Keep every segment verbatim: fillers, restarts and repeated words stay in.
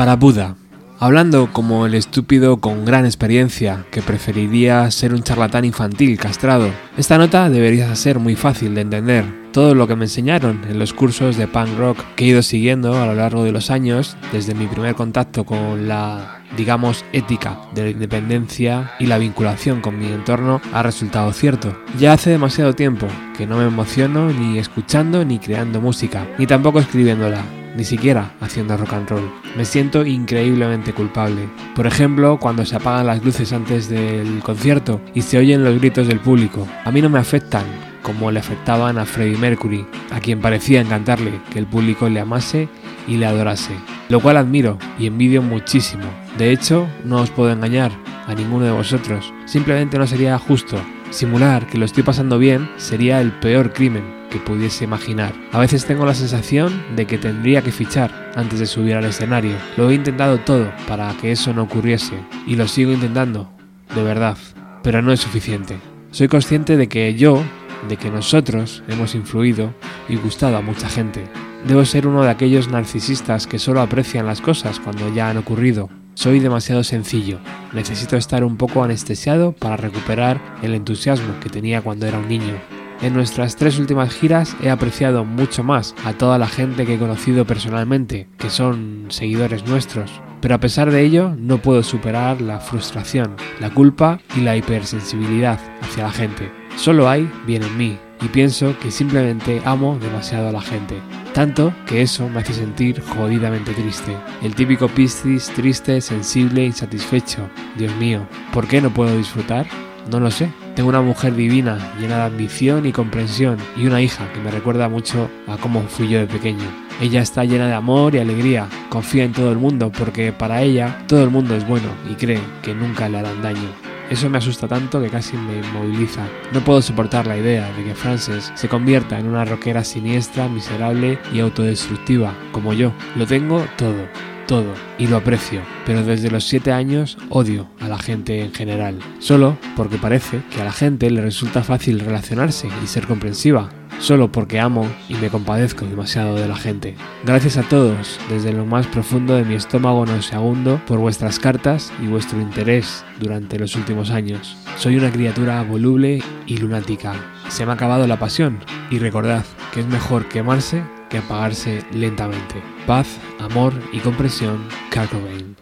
Para Buda. Hablando como el estúpido con gran experiencia que preferiría ser un charlatán infantil castrado, esta nota debería ser muy fácil de entender. Todo lo que me enseñaron en los cursos de punk rock que he ido siguiendo a lo largo de los años, desde mi primer contacto con la, digamos, ética de la independencia y la vinculación con mi entorno, ha resultado cierto. Ya hace demasiado tiempo que no me emociono ni escuchando ni creando música, ni tampoco escribiéndola. Ni siquiera haciendo rock and roll. Me siento increíblemente culpable. Por ejemplo, cuando se apagan las luces antes del concierto y se oyen los gritos del público. A mí no me afectan como le afectaban a Freddie Mercury, a quien parecía encantarle que el público le amase y le adorase, lo cual admiro y envidio muchísimo. De hecho, no os puedo engañar a ninguno de vosotros. Simplemente no sería justo. Simular que lo estoy pasando bien sería el peor crimen que pudiese imaginar. A veces tengo la sensación de que tendría que fichar antes de subir al escenario. Lo he intentado todo para que eso no ocurriese y lo sigo intentando, de verdad, pero no es suficiente. Soy consciente de que yo, de que nosotros hemos influido y gustado a mucha gente. Debo ser uno de aquellos narcisistas que solo aprecian las cosas cuando ya han ocurrido. Soy demasiado sencillo. Necesito estar un poco anestesiado para recuperar el entusiasmo que tenía cuando era un niño. En nuestras tres últimas giras he apreciado mucho más a toda la gente que he conocido personalmente, que son seguidores nuestros. Pero a pesar de ello, no puedo superar la frustración, la culpa y la hipersensibilidad hacia la gente. Solo hay bien en mí, y pienso que simplemente amo demasiado a la gente. Tanto que eso me hace sentir jodidamente triste. El típico piscis triste, sensible, insatisfecho. Dios mío, ¿por qué no puedo disfrutar? No lo sé. Tengo una mujer divina, llena de ambición y comprensión, y una hija que me recuerda mucho a cómo fui yo de pequeño. Ella está llena de amor y alegría, confía en todo el mundo porque para ella todo el mundo es bueno y cree que nunca le harán daño. Eso me asusta tanto que casi me inmoviliza. No puedo soportar la idea de que Frances se convierta en una rockera siniestra, miserable y autodestructiva, como yo. Lo tengo todo. Todo, y lo aprecio, pero desde los siete años odio a la gente en general, solo porque parece que a la gente le resulta fácil relacionarse y ser comprensiva, solo porque amo y me compadezco demasiado de la gente. Gracias a todos, desde lo más profundo de mi estómago nauseabundo, por vuestras cartas y vuestro interés durante los últimos años. Soy una criatura voluble y lunática. Se me ha acabado la pasión, y recordad que es mejor quemarse que apagarse lentamente. Paz, amor y comprensión, Kurt Cobain.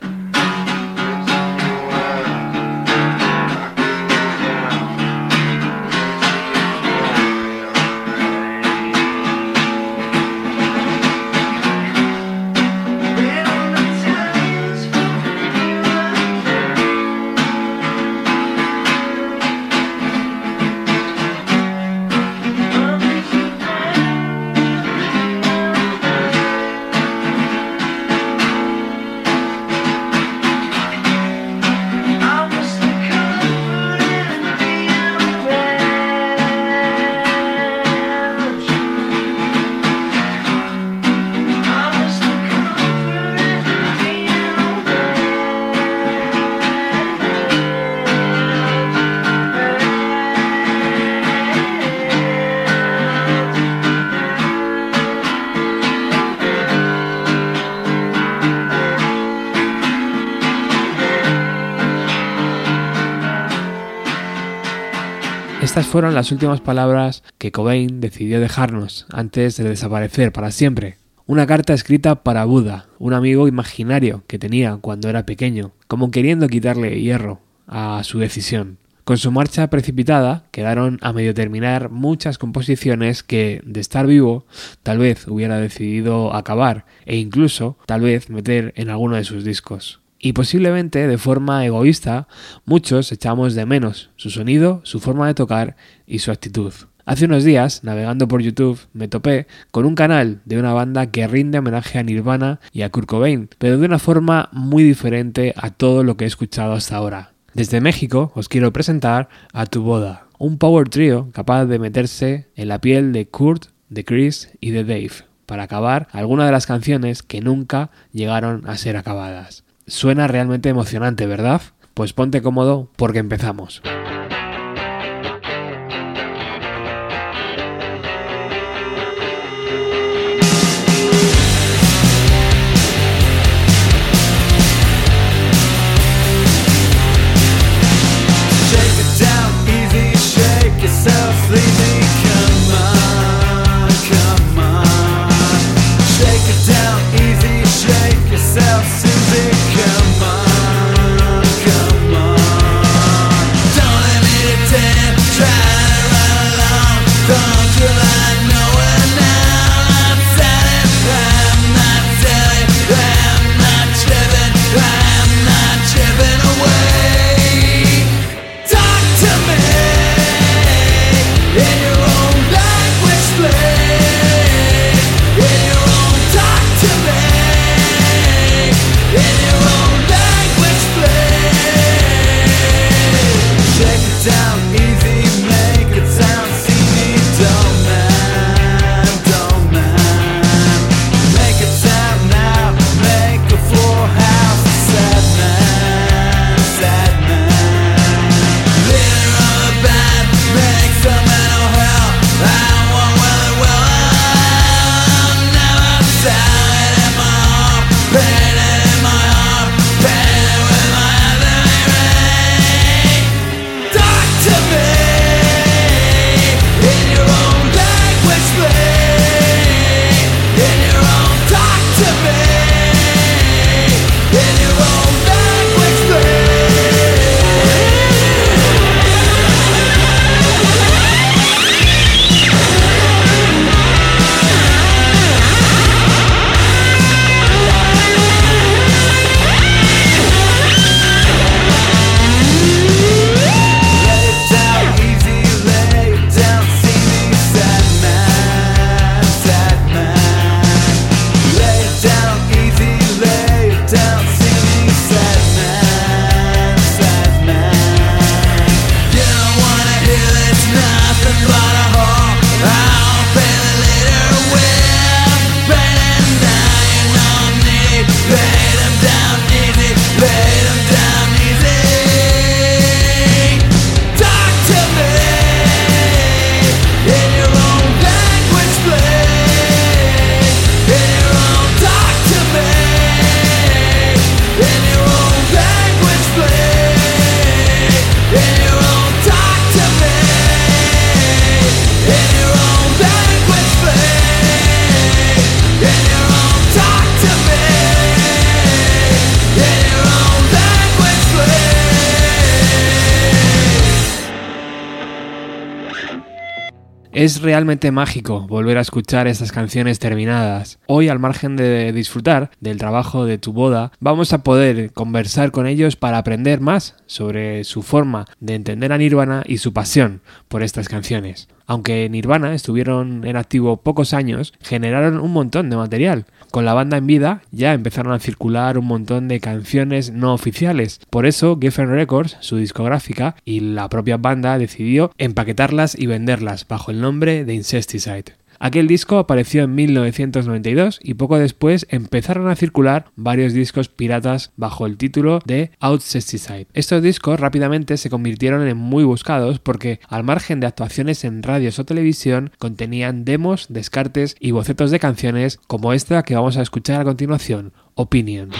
Estas fueron las últimas palabras que Cobain decidió dejarnos antes de desaparecer para siempre. Una carta escrita para Buda, un amigo imaginario que tenía cuando era pequeño, como queriendo quitarle hierro a su decisión. Con su marcha precipitada, quedaron a medio terminar muchas composiciones que, de estar vivo, tal vez hubiera decidido acabar e incluso, tal vez, meter en alguno de sus discos. Y posiblemente, de forma egoísta, muchos echamos de menos su sonido, su forma de tocar y su actitud. Hace unos días, navegando por YouTube, me topé con un canal de una banda que rinde homenaje a Nirvana y a Kurt Cobain, pero de una forma muy diferente a todo lo que he escuchado hasta ahora. Desde México os quiero presentar a Tu Boda, un power trio capaz de meterse en la piel de Kurt, de Chris y de Dave, para acabar algunas de las canciones que nunca llegaron a ser acabadas. Suena realmente emocionante, ¿verdad? Pues ponte cómodo porque empezamos. Es realmente mágico volver a escuchar estas canciones terminadas. Hoy, al margen de disfrutar del trabajo de Tu Boda, vamos a poder conversar con ellos para aprender más sobre su forma de entender a Nirvana y su pasión por estas canciones. Aunque Nirvana estuvieron en activo pocos años, generaron un montón de material. Con la banda en vida ya empezaron a circular un montón de canciones no oficiales. Por eso Geffen Records, su discográfica, y la propia banda decidió empaquetarlas y venderlas bajo el nombre de Incesticide. Aquel disco apareció en mil novecientos noventa y dos y poco después empezaron a circular varios discos piratas bajo el título de Outcesticide. Estos discos rápidamente se convirtieron en muy buscados porque, al margen de actuaciones en radios o televisión, contenían demos, descartes y bocetos de canciones como esta que vamos a escuchar a continuación, Opinion.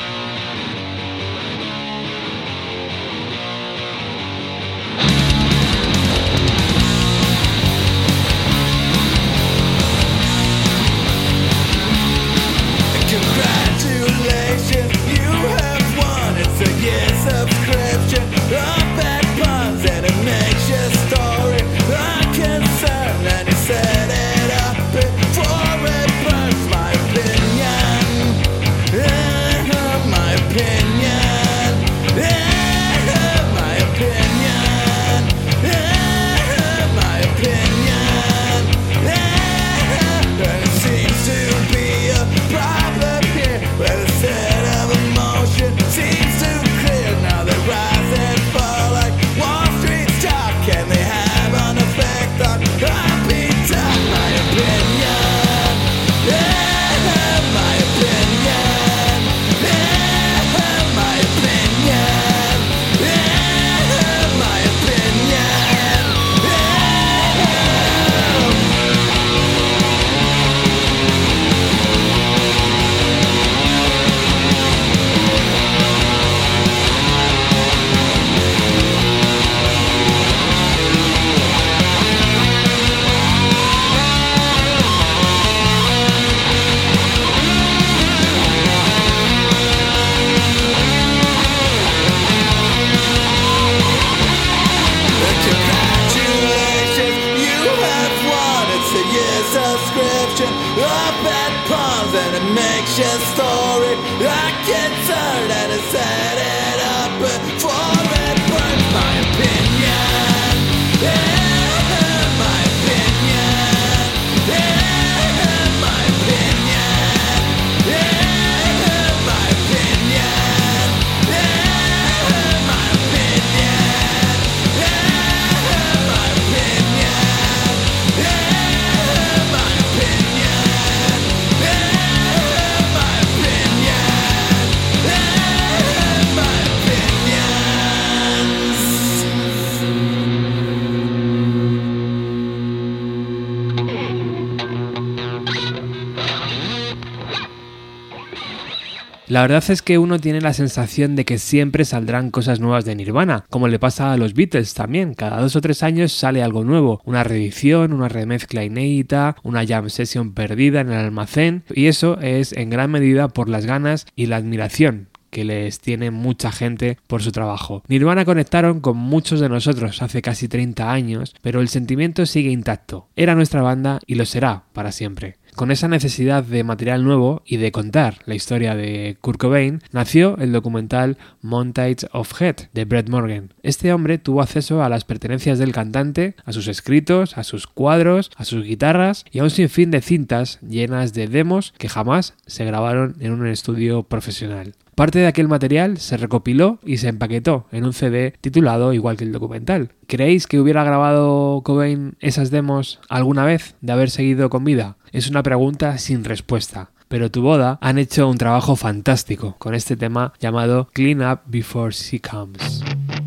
La verdad es que uno tiene la sensación de que siempre saldrán cosas nuevas de Nirvana, como le pasa a los Beatles también. Cada dos o tres años sale algo nuevo, una reedición, una remezcla inédita, una jam session perdida en el almacén, y eso es en gran medida por las ganas y la admiración que les tiene mucha gente por su trabajo. Nirvana conectaron con muchos de nosotros hace casi treinta años, pero el sentimiento sigue intacto. Era nuestra banda y lo será para siempre. Con esa necesidad de material nuevo y de contar la historia de Kurt Cobain, nació el documental Montage of Head de Brett Morgen. Este hombre tuvo acceso a las pertenencias del cantante, a sus escritos, a sus cuadros, a sus guitarras y a un sinfín de cintas llenas de demos que jamás se grabaron en un estudio profesional. Parte de aquel material se recopiló y se empaquetó en un C D titulado igual que el documental. ¿Creéis que hubiera grabado Cobain esas demos alguna vez de haber seguido con vida? Es una pregunta sin respuesta. Pero Tu Boda han hecho un trabajo fantástico con este tema llamado Clean Up Before She Comes.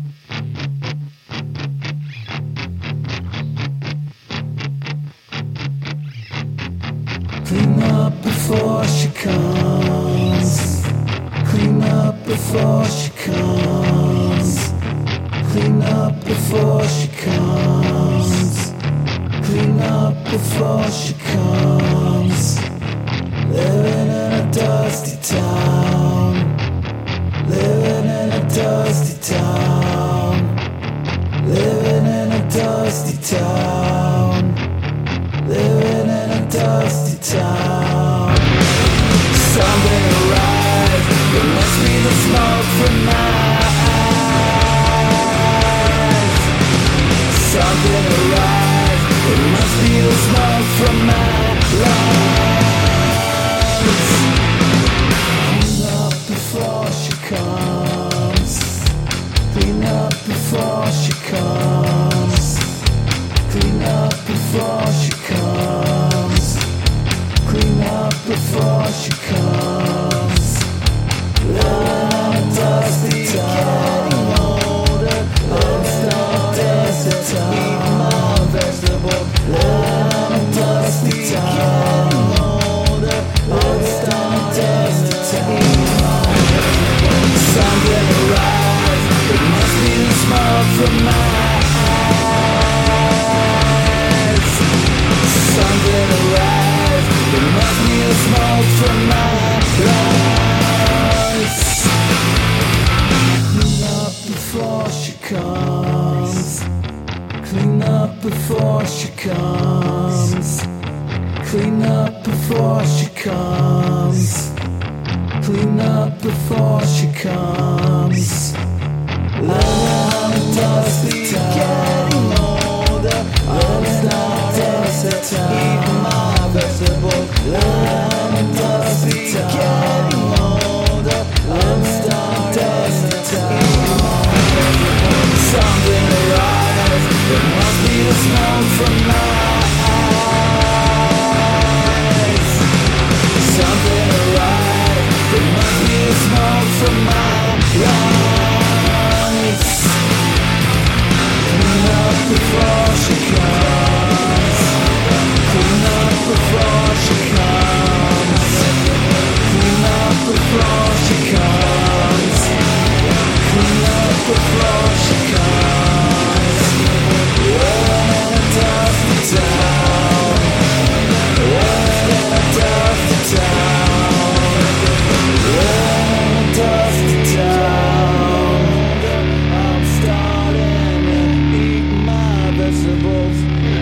Clean up before she comes. Clean up before she comes. Clean up before she comes. Clean up before she comes. Living in a dusty town. Living in a dusty town. Living in a dusty town. before she comes. Clean up before she comes. Clean up before she comes. Clean up before she comes. I'm dusty, getting older. I'm starting to eat my vegetables. I'm dusty, getting older. I'm starting to eat my vegetables. Sun gonna rise. It must be the smoke from my eyes. Sun gonna rise. It must be the smoke from my eyes. Clean up before she comes. Clean up before she comes. Clean up before she comes. Clean up before she comes. I'm dusty, getting older. I'm starting to eat my vegetables. I'm dusty, getting older. I'm starting to eat my vegetables. Something arrives. There must be the smoke from my eyes. Something arrives. There must be the smoke from my eyes. Clean up before she comes. Clean up before she comes. Clean up before she comes. Clean up before she comes. When I dust the town. When I dust the town. When I dust the town. I'm starting to eat my vegetables.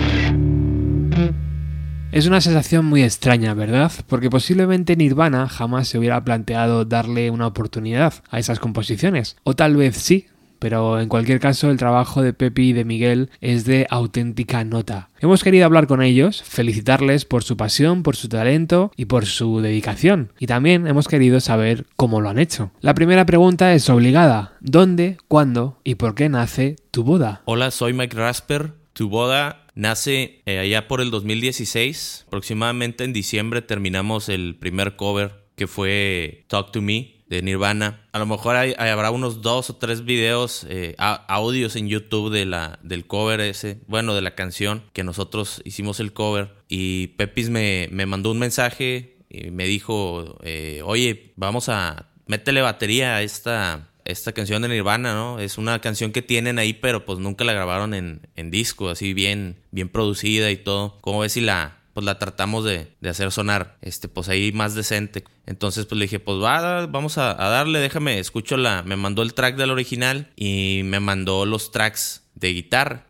Es una sensación muy extraña, ¿verdad? Porque posiblemente Nirvana jamás se hubiera planteado darle una oportunidad a esas composiciones. O tal vez sí, pero en cualquier caso el trabajo de Pepi y de Miguel es de auténtica nota. Hemos querido hablar con ellos, felicitarles por su pasión, por su talento y por su dedicación. Y también hemos querido saber cómo lo han hecho. La primera pregunta es obligada. ¿Dónde, cuándo y por qué nace Tu Boda? Hola, soy Mike Rasper. Tu Boda nace eh, allá por el dos mil dieciséis. Aproximadamente en diciembre terminamos el primer cover, que fue Talk to Me de Nirvana. A lo mejor hay, hay, habrá unos dos o tres videos, eh, a, audios en YouTube de la, del cover ese, bueno, de la canción que nosotros hicimos el cover. Y Pepis me, me mandó un mensaje y me dijo, eh, oye, vamos a... métele batería a esta... esta canción de Nirvana, ¿no? Es una canción que tienen ahí, pero pues nunca la grabaron en, en disco, así bien, bien producida y todo. ¿Cómo ves si la, pues la tratamos de, de hacer sonar, este, pues ahí más decente? Entonces pues le dije, pues va, vamos a, a darle, déjame, escucho la... Me mandó el track del original y me mandó los tracks de guitarra.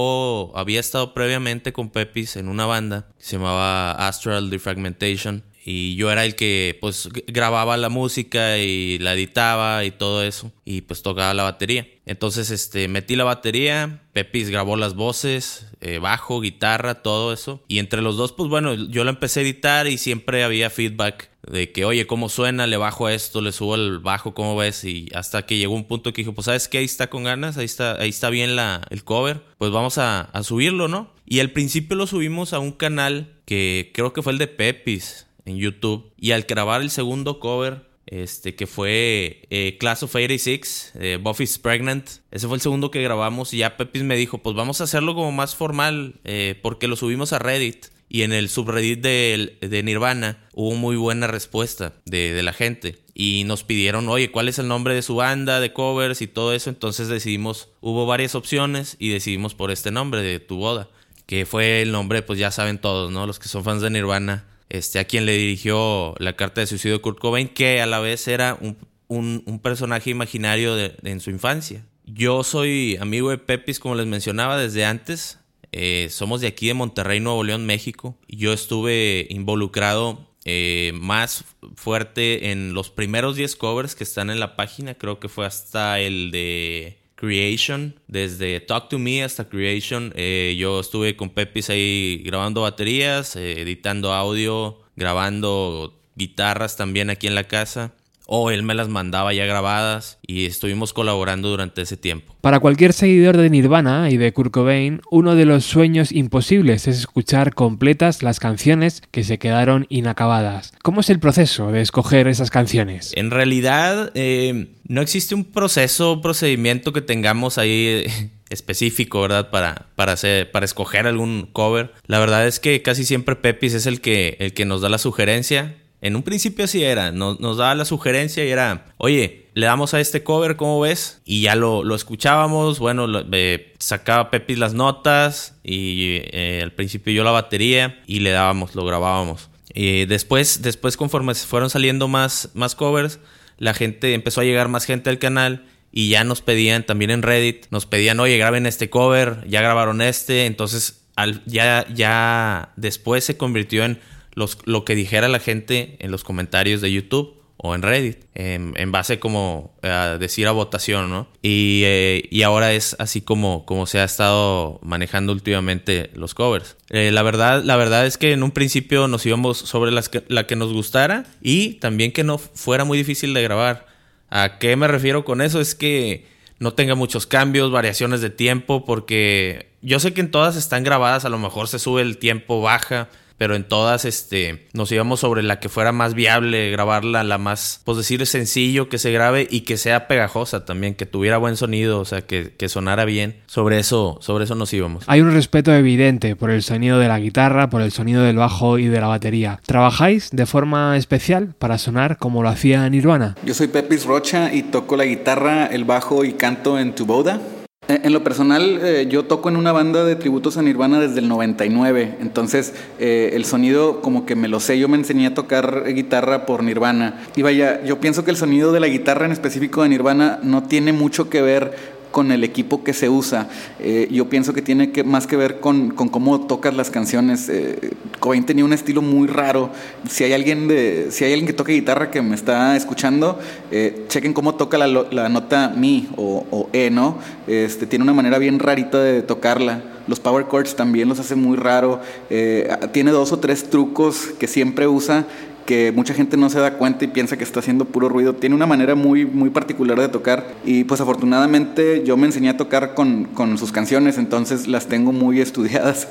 Yo había estado previamente con Pepis en una banda que se llamaba Astral Defragmentation. Y yo era el que pues grababa la música y la editaba y todo eso. Y pues tocaba la batería. Entonces este metí la batería, Pepis grabó las voces, eh, bajo, guitarra, todo eso. Y entre los dos pues bueno, yo la empecé a editar y siempre había feedback de que oye, ¿cómo suena? Le bajo a esto, le subo el bajo, ¿cómo ves? Y hasta que llegó un punto que dijo, pues ¿sabes qué? Ahí está con ganas, ahí está, ahí está bien la, el cover. Pues vamos a, a subirlo, ¿no? Y al principio lo subimos a un canal que creo que fue el de Pepis en YouTube, y al grabar el segundo cover, este que fue eh, Class of ochenta y seis, eh, Buffy's Pregnant, ese fue el segundo que grabamos, y ya Pepis me dijo, pues vamos a hacerlo como más formal, eh, porque lo subimos a Reddit, y en el subreddit de, de Nirvana hubo muy buena respuesta de, de la gente, y nos pidieron, oye, ¿cuál es el nombre de su banda, de covers y todo eso? Entonces decidimos, hubo varias opciones, y decidimos por este nombre de Tu Boda, que fue el nombre, pues ya saben todos, ¿no? Los que son fans de Nirvana, Este, a quien le dirigió la carta de suicidio de Kurt Cobain, que a la vez era un, un, un personaje imaginario de, de, en su infancia. Yo soy amigo de Pepis, como les mencionaba, desde antes. Eh, somos de aquí de Monterrey, Nuevo León, México. Yo estuve involucrado eh, más fuerte en los primeros diez covers que están en la página. Creo que fue hasta el de Creation, desde Talk to Me hasta Creation. Eh, yo estuve con Pepis ahí grabando baterías, eh, editando audio, grabando guitarras también aquí en la casa. o él me las mandaba ya grabadas y estuvimos colaborando durante ese tiempo. Para cualquier seguidor de Nirvana y de Kurt Cobain, uno de los sueños imposibles es escuchar completas las canciones que se quedaron inacabadas. ¿Cómo es el proceso de escoger esas canciones? En realidad, eh, no existe un proceso, un procedimiento que tengamos ahí eh, específico, ¿verdad? Para, para, hacer, para escoger algún cover. La verdad es que casi siempre Pepis es el que, el que nos da la sugerencia. En un principio así era, nos, nos daba la sugerencia y era, oye, le damos a este cover, ¿cómo ves? Y ya lo, lo escuchábamos, bueno, lo, eh, sacaba Pepis las notas y eh, al principio yo la batería y le dábamos, lo grabábamos. Y después, después conforme se fueron saliendo más, más covers, la gente, empezó a llegar más gente al canal y ya nos pedían, también en Reddit, nos pedían, oye, graben este cover, ya grabaron este, entonces al, ya, ya después se convirtió en Los, lo que dijera la gente en los comentarios de YouTube o en Reddit, en, en base como a decir a votación, ¿no? Y, eh, y ahora es así como, como se ha estado manejando últimamente los covers. Eh, la verdad, la verdad es que en un principio nos íbamos sobre las que, la que nos gustara y también que no fuera muy difícil de grabar. ¿A qué me refiero con eso? Es que no tenga muchos cambios, variaciones de tiempo, porque yo sé que en todas están grabadas, a lo mejor se sube el tiempo, baja, pero en todas este, nos íbamos sobre la que fuera más viable grabarla, la más, pues decir, sencillo que se grabe y que sea pegajosa también, que tuviera buen sonido, o sea, que, que sonara bien. Sobre eso, sobre eso nos íbamos. Hay un respeto evidente por el sonido de la guitarra, por el sonido del bajo y de la batería. ¿Trabajáis de forma especial para sonar como lo hacía Nirvana? Yo soy Pepis Rocha y toco la guitarra, el bajo y canto en Tu Boda. En lo personal, eh, yo toco en una banda de tributos a Nirvana desde el noventa y nueve, entonces eh, el sonido como que me lo sé, yo me enseñé a tocar guitarra por Nirvana. Y vaya, yo pienso que el sonido de la guitarra en específico de Nirvana no tiene mucho que ver con el equipo que se usa. Eh, yo pienso que tiene que, más que ver con, con cómo tocas las canciones. Eh, Cobain tenía un estilo muy raro. Si hay alguien de, si hay alguien que toque guitarra que me está escuchando, eh, chequen cómo toca la, la nota Mi o, o E, ¿no? Este, tiene una manera bien rarita de tocarla. Los power chords también los hace muy raro. Eh, tiene dos o tres trucos que siempre usa, que mucha gente no se da cuenta y piensa que está haciendo puro ruido. Tiene una manera muy, muy particular de tocar y pues afortunadamente yo me enseñé a tocar con, con sus canciones, entonces las tengo muy estudiadas.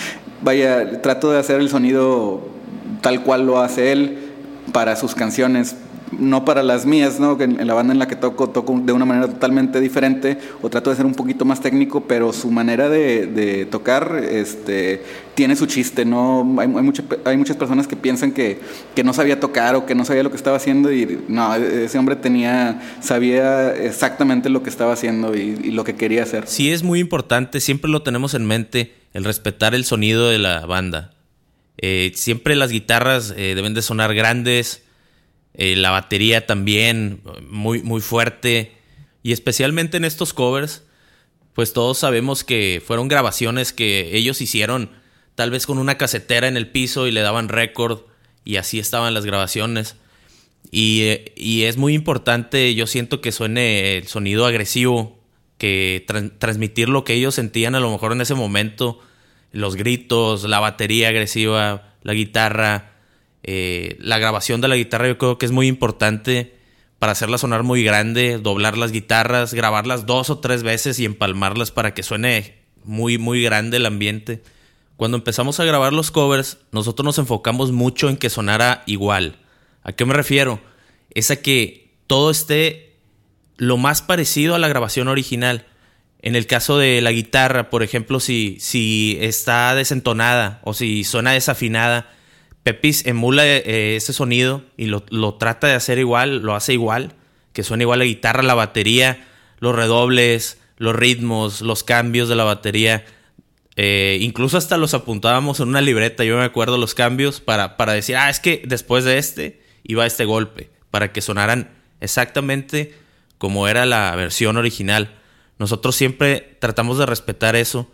Vaya, trato de hacer el sonido tal cual lo hace él para sus canciones, no para las mías, ¿no? En, en la banda en la que toco, toco de una manera totalmente diferente, o trato de ser un poquito más técnico, pero su manera de, de tocar este, tiene su chiste, ¿no? Hay, hay, mucha, hay muchas personas que piensan que, que no sabía tocar o que no sabía lo que estaba haciendo, y no, ese hombre tenía, sabía exactamente lo que estaba haciendo y, y lo que quería hacer. Sí, es muy importante, siempre lo tenemos en mente, el respetar el sonido de la banda. Eh, siempre las guitarras eh, deben de sonar grandes, Eh, la batería también muy, muy fuerte, y especialmente en estos covers, pues todos sabemos que fueron grabaciones que ellos hicieron tal vez con una casetera en el piso y le daban récord y así estaban las grabaciones, y, eh, y es muy importante, yo siento, que suene el sonido agresivo, que tra- transmitir lo que ellos sentían a lo mejor en ese momento, los gritos, la batería agresiva, la guitarra. Eh, la grabación de la guitarra yo creo que es muy importante para hacerla sonar muy grande, doblar las guitarras, grabarlas dos o tres veces y empalmarlas para que suene muy, muy grande el ambiente. Cuando empezamos a grabar los covers, nosotros nos enfocamos mucho en que sonara igual. ¿A qué me refiero? Es a que todo esté lo más parecido a la grabación original. En el caso de la guitarra, por ejemplo, si, si está desentonada o si suena desafinada, Pepis emula eh, ese sonido y lo, lo trata de hacer igual, lo hace igual, que suene igual la guitarra, la batería, los redobles, los ritmos, los cambios de la batería. Eh, incluso hasta los apuntábamos en una libreta, yo me acuerdo los cambios para, para decir, ah, es que después de este iba este golpe, para que sonaran exactamente como era la versión original. Nosotros siempre tratamos de respetar eso,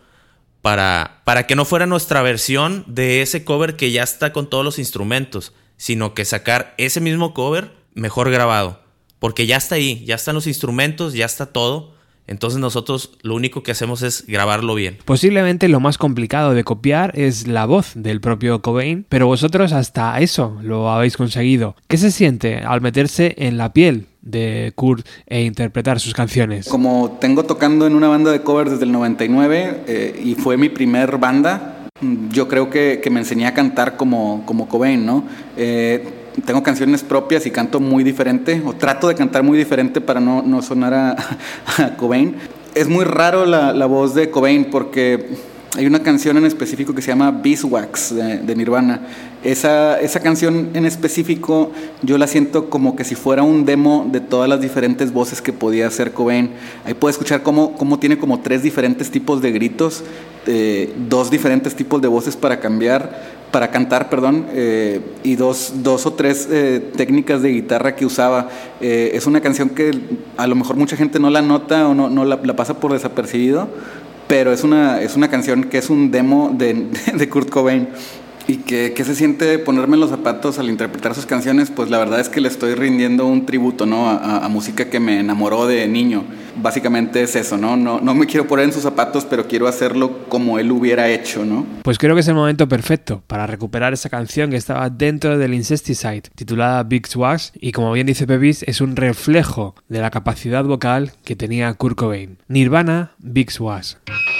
Para, para que no fuera nuestra versión de ese cover que ya está con todos los instrumentos, sino que sacar ese mismo cover mejor grabado, porque ya está ahí, ya están los instrumentos, ya está todo, Entonces nosotros lo único que hacemos es grabarlo bien. Posiblemente lo más complicado de copiar es la voz del propio Cobain, pero vosotros hasta eso lo habéis conseguido. ¿Qué se siente al meterse en la piel de Kurt e interpretar sus canciones? Como tengo tocando en una banda de covers desde el noventa y nueve eh, y fue mi primer banda, yo creo que, que me enseñé a cantar como, como Cobain, ¿no? Eh, tengo canciones propias y canto muy diferente, o trato de cantar muy diferente para no, no sonar a, a Cobain. Es muy raro la, la voz de Cobain porque hay una canción en específico que se llama Beeswax de, de Nirvana. Esa, esa canción en específico yo la siento como que si fuera un demo de todas las diferentes voces que podía hacer Cobain. Ahí puedo escuchar cómo, cómo tiene como tres diferentes tipos de gritos, eh, dos diferentes tipos de voces para cambiar, para cantar, perdón, eh, y dos, dos o tres eh, técnicas de guitarra que usaba. Eh, es una canción que a lo mejor mucha gente no la nota o no, no la, la pasa por desapercibido, pero es una, es una canción que es un demo de, de Kurt Cobain. ¿Y que, que se siente ponerme en los zapatos al interpretar sus canciones? Pues la verdad es que le estoy rindiendo un tributo, ¿no? a, a, a música que me enamoró de niño. Básicamente es eso, ¿no? ¿no? No me quiero poner en sus zapatos, pero quiero hacerlo como él hubiera hecho, ¿no? Pues creo que es el momento perfecto para recuperar esa canción que estaba dentro del Incesticide, titulada Beeswax, y como bien dice Pepis, es un reflejo de la capacidad vocal que tenía Kurt Cobain. Nirvana, Beeswax.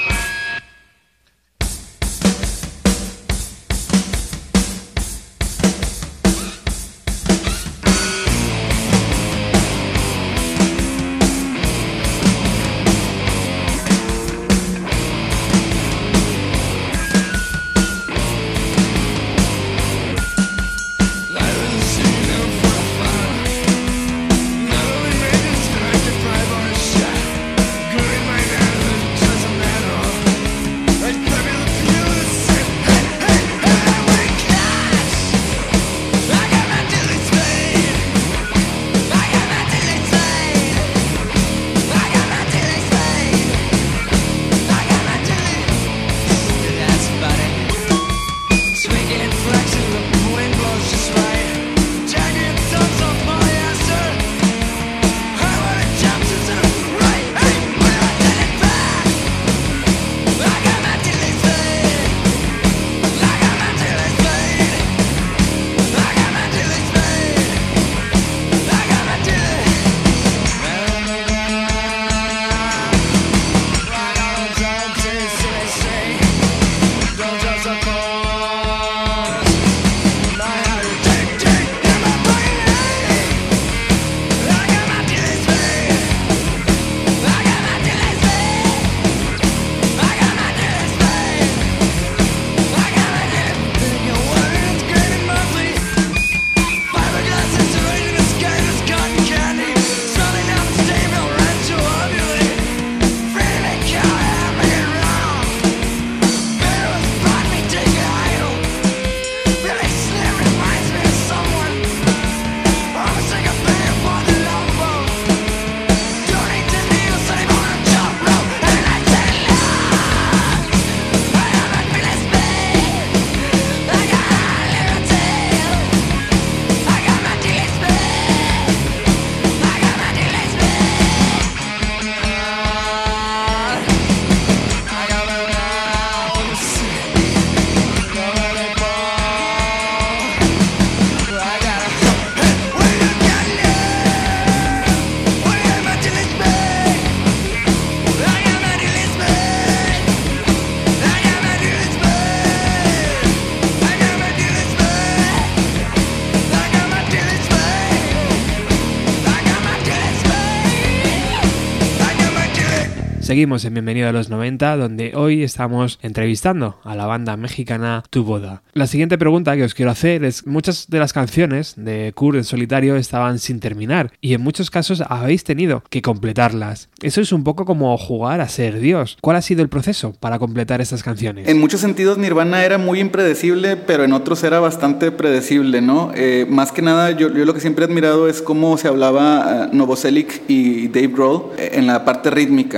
Seguimos en Bienvenido a los noventa, donde hoy estamos entrevistando a la banda mexicana Tu Boda. La siguiente pregunta que os quiero hacer es: muchas de las canciones de Kurt en solitario estaban sin terminar y en muchos casos habéis tenido que completarlas. Eso es un poco como jugar a ser Dios. ¿Cuál ha sido el proceso para completar estas canciones? En muchos sentidos Nirvana era muy impredecible, pero en otros era bastante predecible, ¿no? Eh, más que nada, yo, yo lo que siempre he admirado es cómo se hablaba uh, Novoselic y Dave Grohl en la parte rítmica.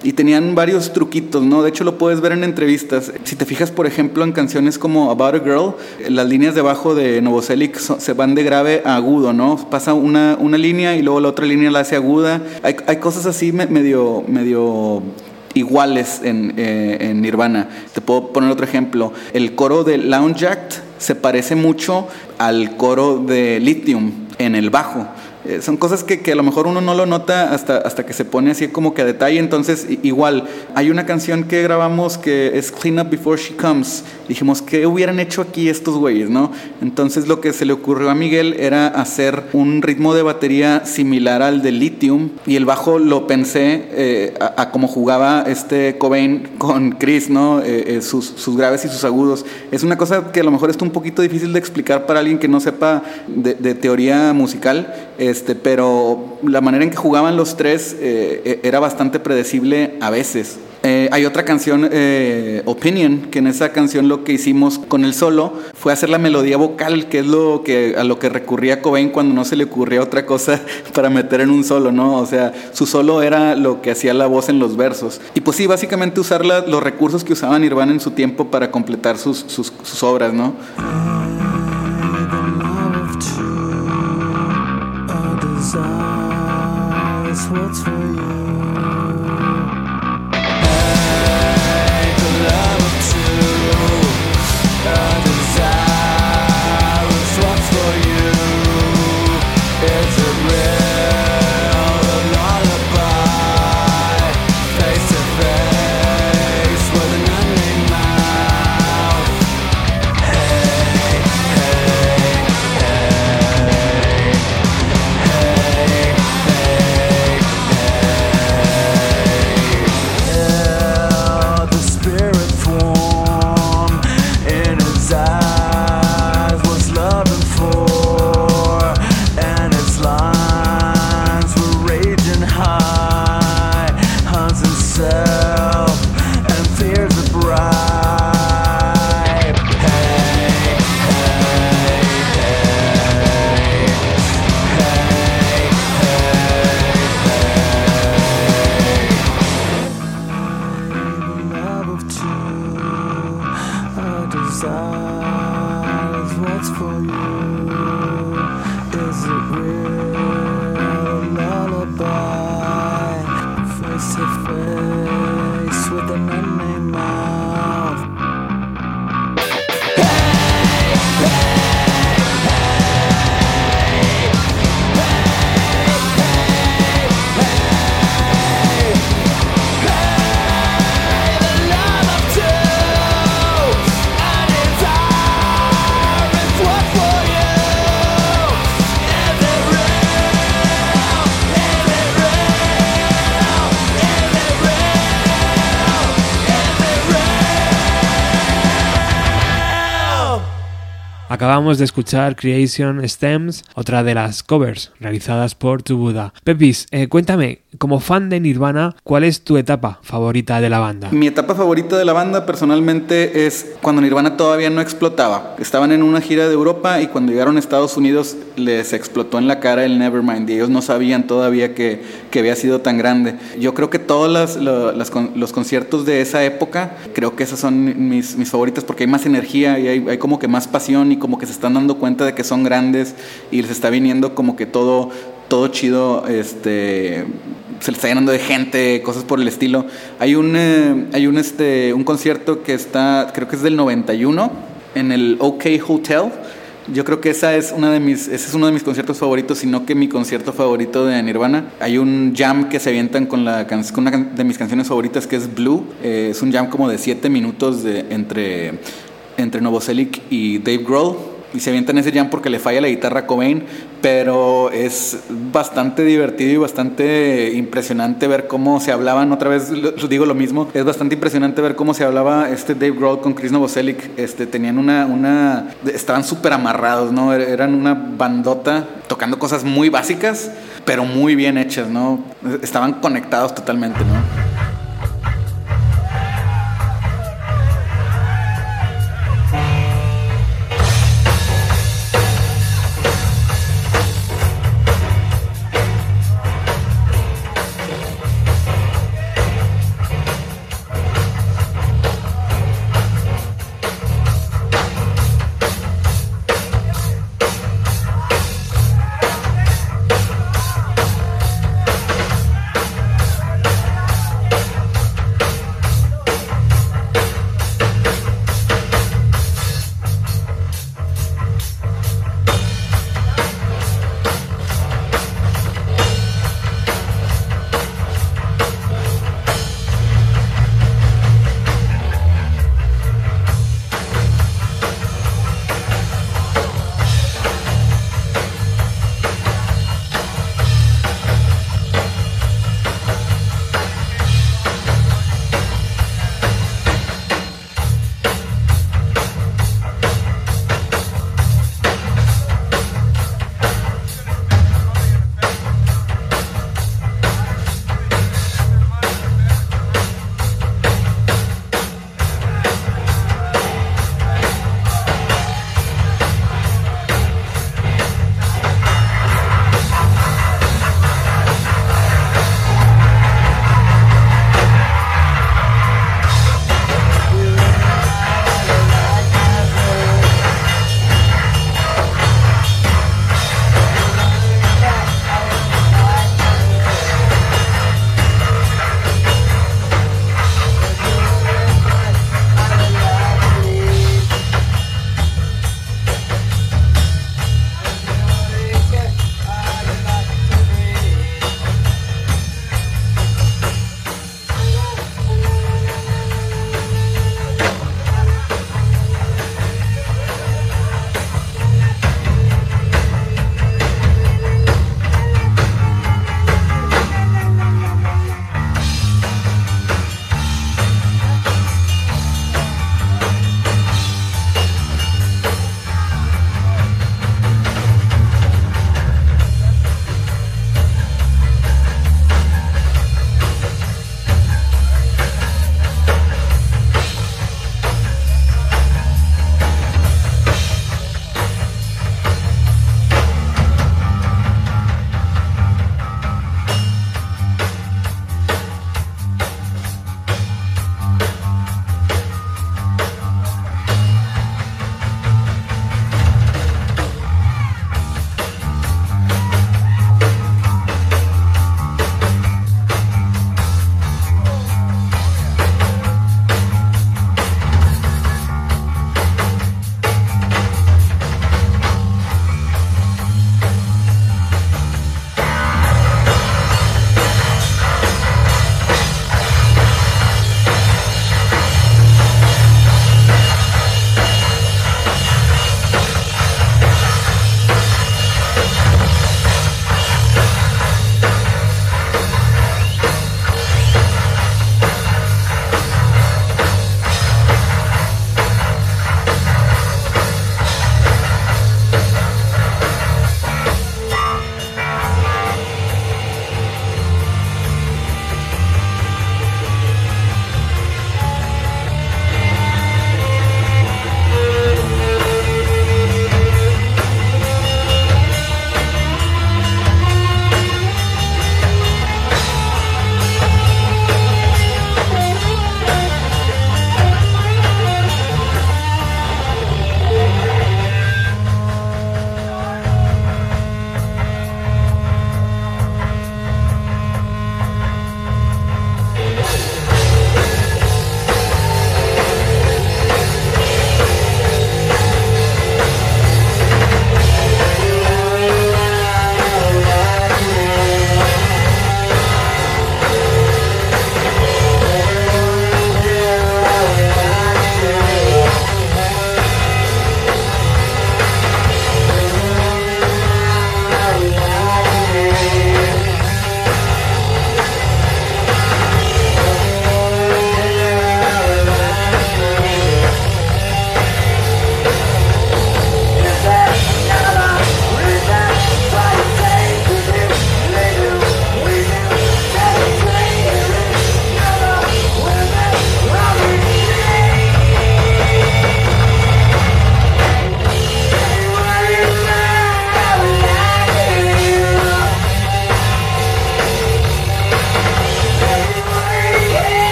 y tenían varios truquitos, ¿no? De hecho lo puedes ver en entrevistas. Si te fijas, por ejemplo, en canciones como About a Girl, las líneas de bajo de Novoselic so, se van de grave a agudo, ¿no? Pasa una, una línea y luego la otra línea la hace aguda. Hay, hay cosas así me, medio, medio iguales en, eh, en Nirvana. Te puedo poner otro ejemplo. El coro de Lounge Act se parece mucho al coro de Lithium en el bajo. Eh, son cosas que, que a lo mejor uno no lo nota hasta, hasta que se pone así como que a detalle. Entonces, igual, hay una canción que grabamos que es Clean Up Before She Comes. Dijimos, ¿qué hubieran hecho aquí estos güeyes, no? Entonces, lo que se le ocurrió a Miguel era hacer un ritmo de batería similar al de Lithium, y el bajo lo pensé eh, a, a cómo jugaba este Cobain con Chris, ¿no? Eh, eh, sus, sus graves y sus agudos. Es una cosa que a lo mejor está un poquito difícil de explicar para alguien que no sepa de, de teoría musical. Este, pero la manera en que jugaban los tres eh, era bastante predecible a veces. Eh, hay otra canción, eh, Opinion, que en esa canción lo que hicimos con el solo fue hacer la melodía vocal, que es lo que, a lo que recurría Cobain cuando no se le ocurría otra cosa para meter en un solo, ¿no? O sea, su solo era lo que hacía la voz en los versos. Y pues sí, básicamente usar la, los recursos que usaba Nirvana en su tiempo para completar sus, sus, sus obras, ¿no? What's for you? Hey, the love of two, a desire is what's for you. Is it real? A lullaby, face to face with an unnamed mouth. Hey, hey, hey, hey, hey. Acabamos de escuchar Creation Stems, otra de las covers realizadas por Tubuda. Pepis, eh, cuéntame, como fan de Nirvana, ¿cuál es tu etapa favorita de la banda? Mi etapa favorita de la banda personalmente es cuando Nirvana todavía no explotaba. Estaban en una gira de Europa y cuando llegaron a Estados Unidos les explotó en la cara el Nevermind y ellos no sabían todavía que, que había sido tan grande. Yo creo que todos las, las, las, los conciertos de esa época, creo que esas son mis, mis favoritas porque hay más energía y hay, hay como que más pasión y como que se están dando cuenta de que son grandes y les está viniendo como que todo, todo chido, este... se le está llenando de gente, cosas por el estilo. Hay un eh, hay un este un concierto que está, creo que es del noventa y uno, en el OK Hotel. Yo creo que esa es una de mis ese es uno de mis conciertos favoritos, sino que mi concierto favorito de Nirvana. Hay un jam que se avientan con la con una de mis canciones favoritas que es Blue. Eh, es un jam como de siete minutos de entre entre Novoselic y Dave Grohl. Y se avientan ese jam porque le falla la guitarra a Cobain, pero es bastante divertido y bastante impresionante ver cómo se hablaban. Otra vez lo, digo lo mismo, es bastante impresionante ver cómo se hablaba este Dave Grohl con Chris Novoselic. Este, tenían una, una estaban súper amarrados, ¿no? Eran una bandota tocando cosas muy básicas, pero muy bien hechas, ¿no? Estaban conectados totalmente, ¿no?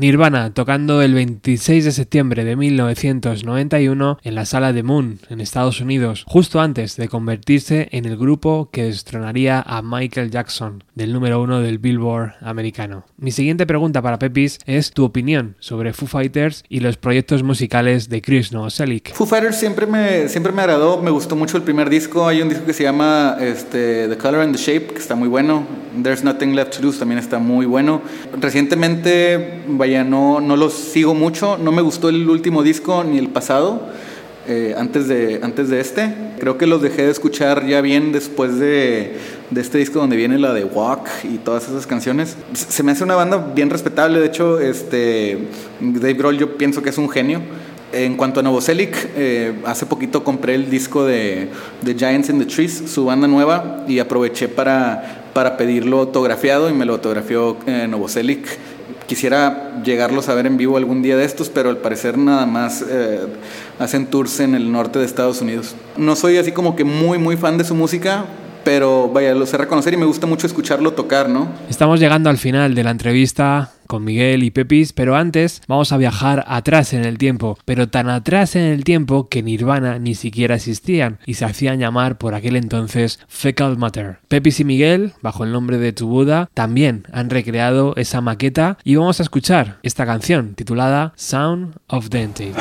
Nirvana tocando el veintiséis de septiembre de mil novecientos noventa y uno en la sala de Moon, en Estados Unidos, justo antes de convertirse en el grupo que destronaría a Michael Jackson, del número uno del Billboard americano. Mi siguiente pregunta para Pepis es tu opinión sobre Foo Fighters y los proyectos musicales de Chris Novoselic. Foo Fighters siempre me, siempre me agradó, me gustó mucho el primer disco. Hay un disco que se llama este, The Color and the Shape, que está muy bueno. There's Nothing Left to Lose también está muy bueno. Recientemente, vaya, no, no los sigo mucho. No me gustó el último disco ni el pasado, eh, antes, de, antes de este. Creo que los dejé de escuchar ya bien después de, de este disco donde viene la de Walk y todas esas canciones. Se me hace una banda bien respetable. De hecho, este, Dave Grohl yo pienso que es un genio. En cuanto a Novoselic, eh, hace poquito compré el disco de, de Giants in the Trees, su banda nueva, y aproveché para, para pedirlo autografiado y me lo autografió eh, Novoselic. Quisiera llegarlos a ver en vivo algún día de estos, pero al parecer nada más eh, hacen tours en el norte de Estados Unidos. No soy así como que muy muy fan de su música, pero vaya, lo sé reconocer y me gusta mucho escucharlo tocar, ¿no? Estamos llegando al final de la entrevista con Miguel y Pepis, pero antes vamos a viajar atrás en el tiempo, pero tan atrás en el tiempo que Nirvana ni siquiera existían y se hacían llamar por aquel entonces Fecal Matter. Pepis y Miguel, bajo el nombre de Tubuda, también han recreado esa maqueta y vamos a escuchar esta canción titulada Sound of Dentate.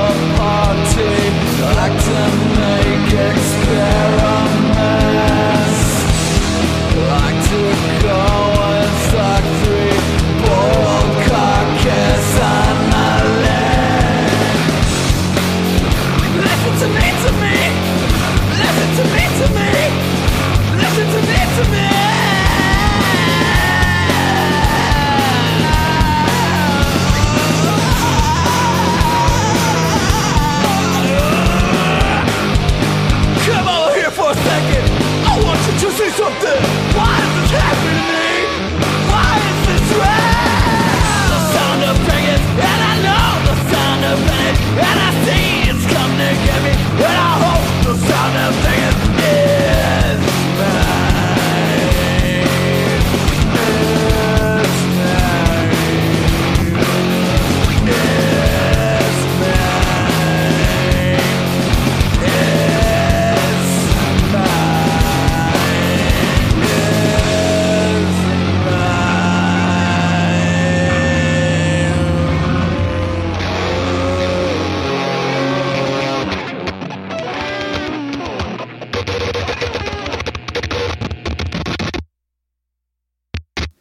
Experiments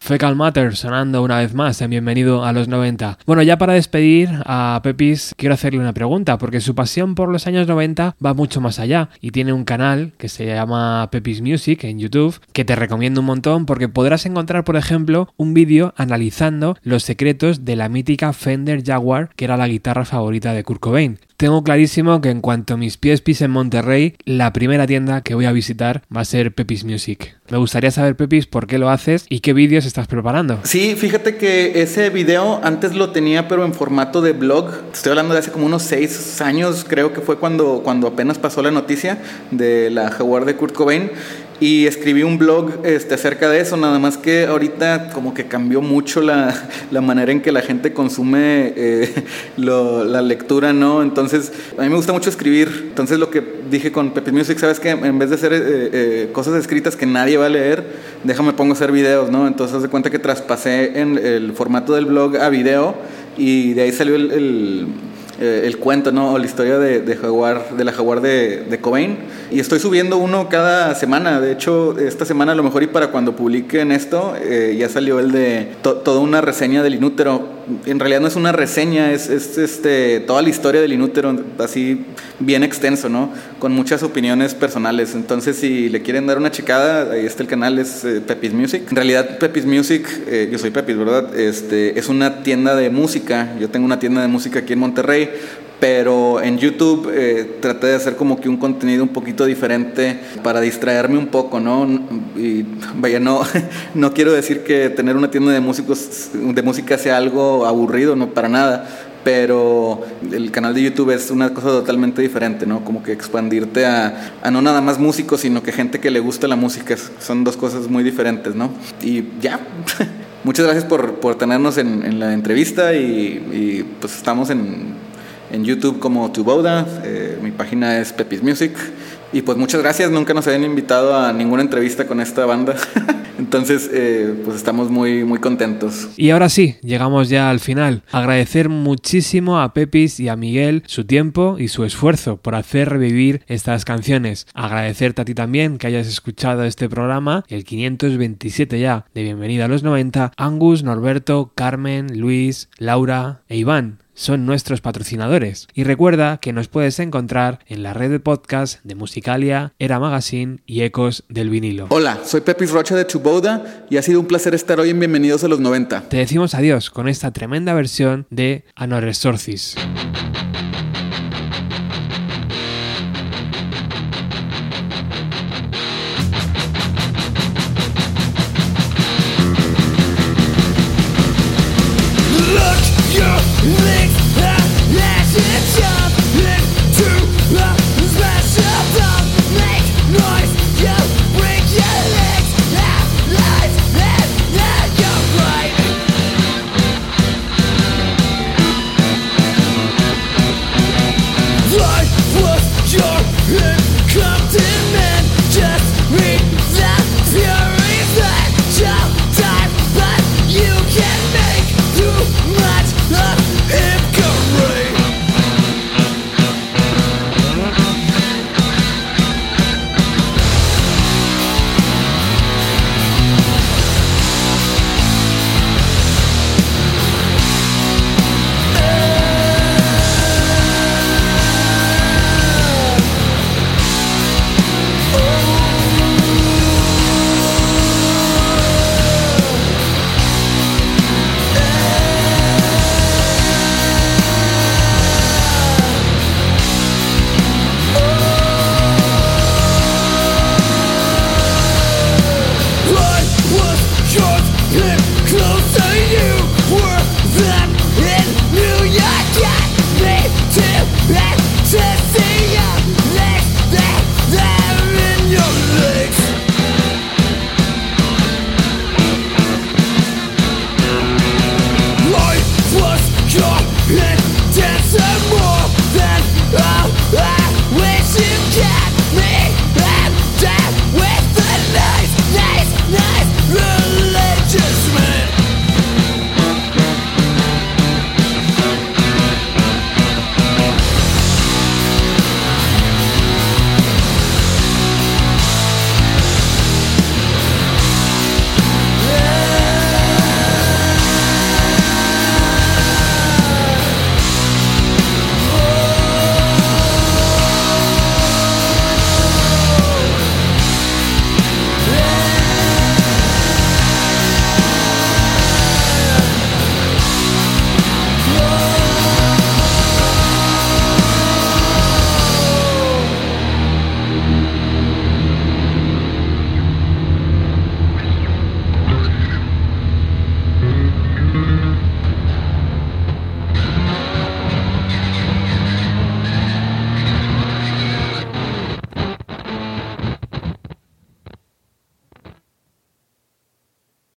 Fecal Matter sonando una vez más en Bienvenido a los noventa. Bueno, ya para despedir a Pepis quiero hacerle una pregunta, porque su pasión por los años noventa va mucho más allá y tiene un canal que se llama Pepis Music en YouTube que te recomiendo un montón, porque podrás encontrar, por ejemplo, un vídeo analizando los secretos de la mítica Fender Jaguar, que era la guitarra favorita de Kurt Cobain. Tengo clarísimo que en cuanto mis pies pisen Monterrey, la primera tienda que voy a visitar va a ser Pepis Music. Me gustaría saber, Pepis, por qué lo haces y qué vídeos estás preparando. Sí, fíjate que ese video antes lo tenía pero en formato de blog. Estoy hablando de hace como unos seis años, creo que fue cuando, cuando apenas pasó la noticia de la Jaguar de Kurt Cobain. Y escribí un blog este, acerca de eso, nada más que ahorita como que cambió mucho la, la manera en que la gente consume eh, lo, la lectura, ¿no? Entonces, a mí me gusta mucho escribir. Entonces, lo que dije con Pepis Music, ¿sabes qué? En vez de hacer eh, eh, cosas escritas que nadie va a leer, déjame pongo a hacer videos, ¿no? Entonces, haz de cuenta que traspasé en el formato del blog a video y de ahí salió el... el Eh, el cuento, ¿no? O la historia de, de Jaguar, de la Jaguar de, de Cobain. Y estoy subiendo uno cada semana. De hecho, esta semana a lo mejor y para cuando publiquen esto, eh, ya salió el de to, toda una reseña del Inútero. En realidad no es una reseña, es, es este, toda la historia del Inútero, así bien extenso, ¿no? Con muchas opiniones personales. Entonces, si le quieren dar una checada, ahí está el canal, es eh, Pepis Music. En realidad, Pepis Music, eh, yo soy Pepis, ¿verdad? Este, es una tienda de música. Yo tengo una tienda de música aquí en Monterrey. Pero en YouTube eh, traté de hacer como que un contenido un poquito diferente para distraerme un poco, ¿no? Y vaya, no, no quiero decir que tener una tienda de músicos de música sea algo aburrido, no, para nada. Pero el canal de YouTube es una cosa totalmente diferente, ¿no? Como que expandirte a, a no nada más músicos, sino que gente que le gusta la música. Son dos cosas muy diferentes, ¿no? Y ya. Muchas gracias por, por tenernos en, en la entrevista y, y pues estamos en... en YouTube como Tu Boda, eh, mi página es Pepis Music y pues muchas gracias, nunca nos habían invitado a ninguna entrevista con esta banda, entonces eh, pues estamos muy, muy contentos. Y ahora sí, llegamos ya al final. Agradecer muchísimo a Pepis y a Miguel su tiempo y su esfuerzo por hacer revivir estas canciones. Agradecerte a ti también que hayas escuchado este programa, el quinientos veintisiete ya de Bienvenida a los noventa. Angus, Norberto, Carmen, Luis, Laura e Iván son nuestros patrocinadores. Y recuerda que nos puedes encontrar en la red de podcast de Musicalia, Era Magazine y Ecos del Vinilo. Hola, soy Pepis Rocha de Tu Boda y ha sido un placer estar hoy en Bienvenidos a los noventa. Te decimos adiós con esta tremenda versión de Anoresorcis.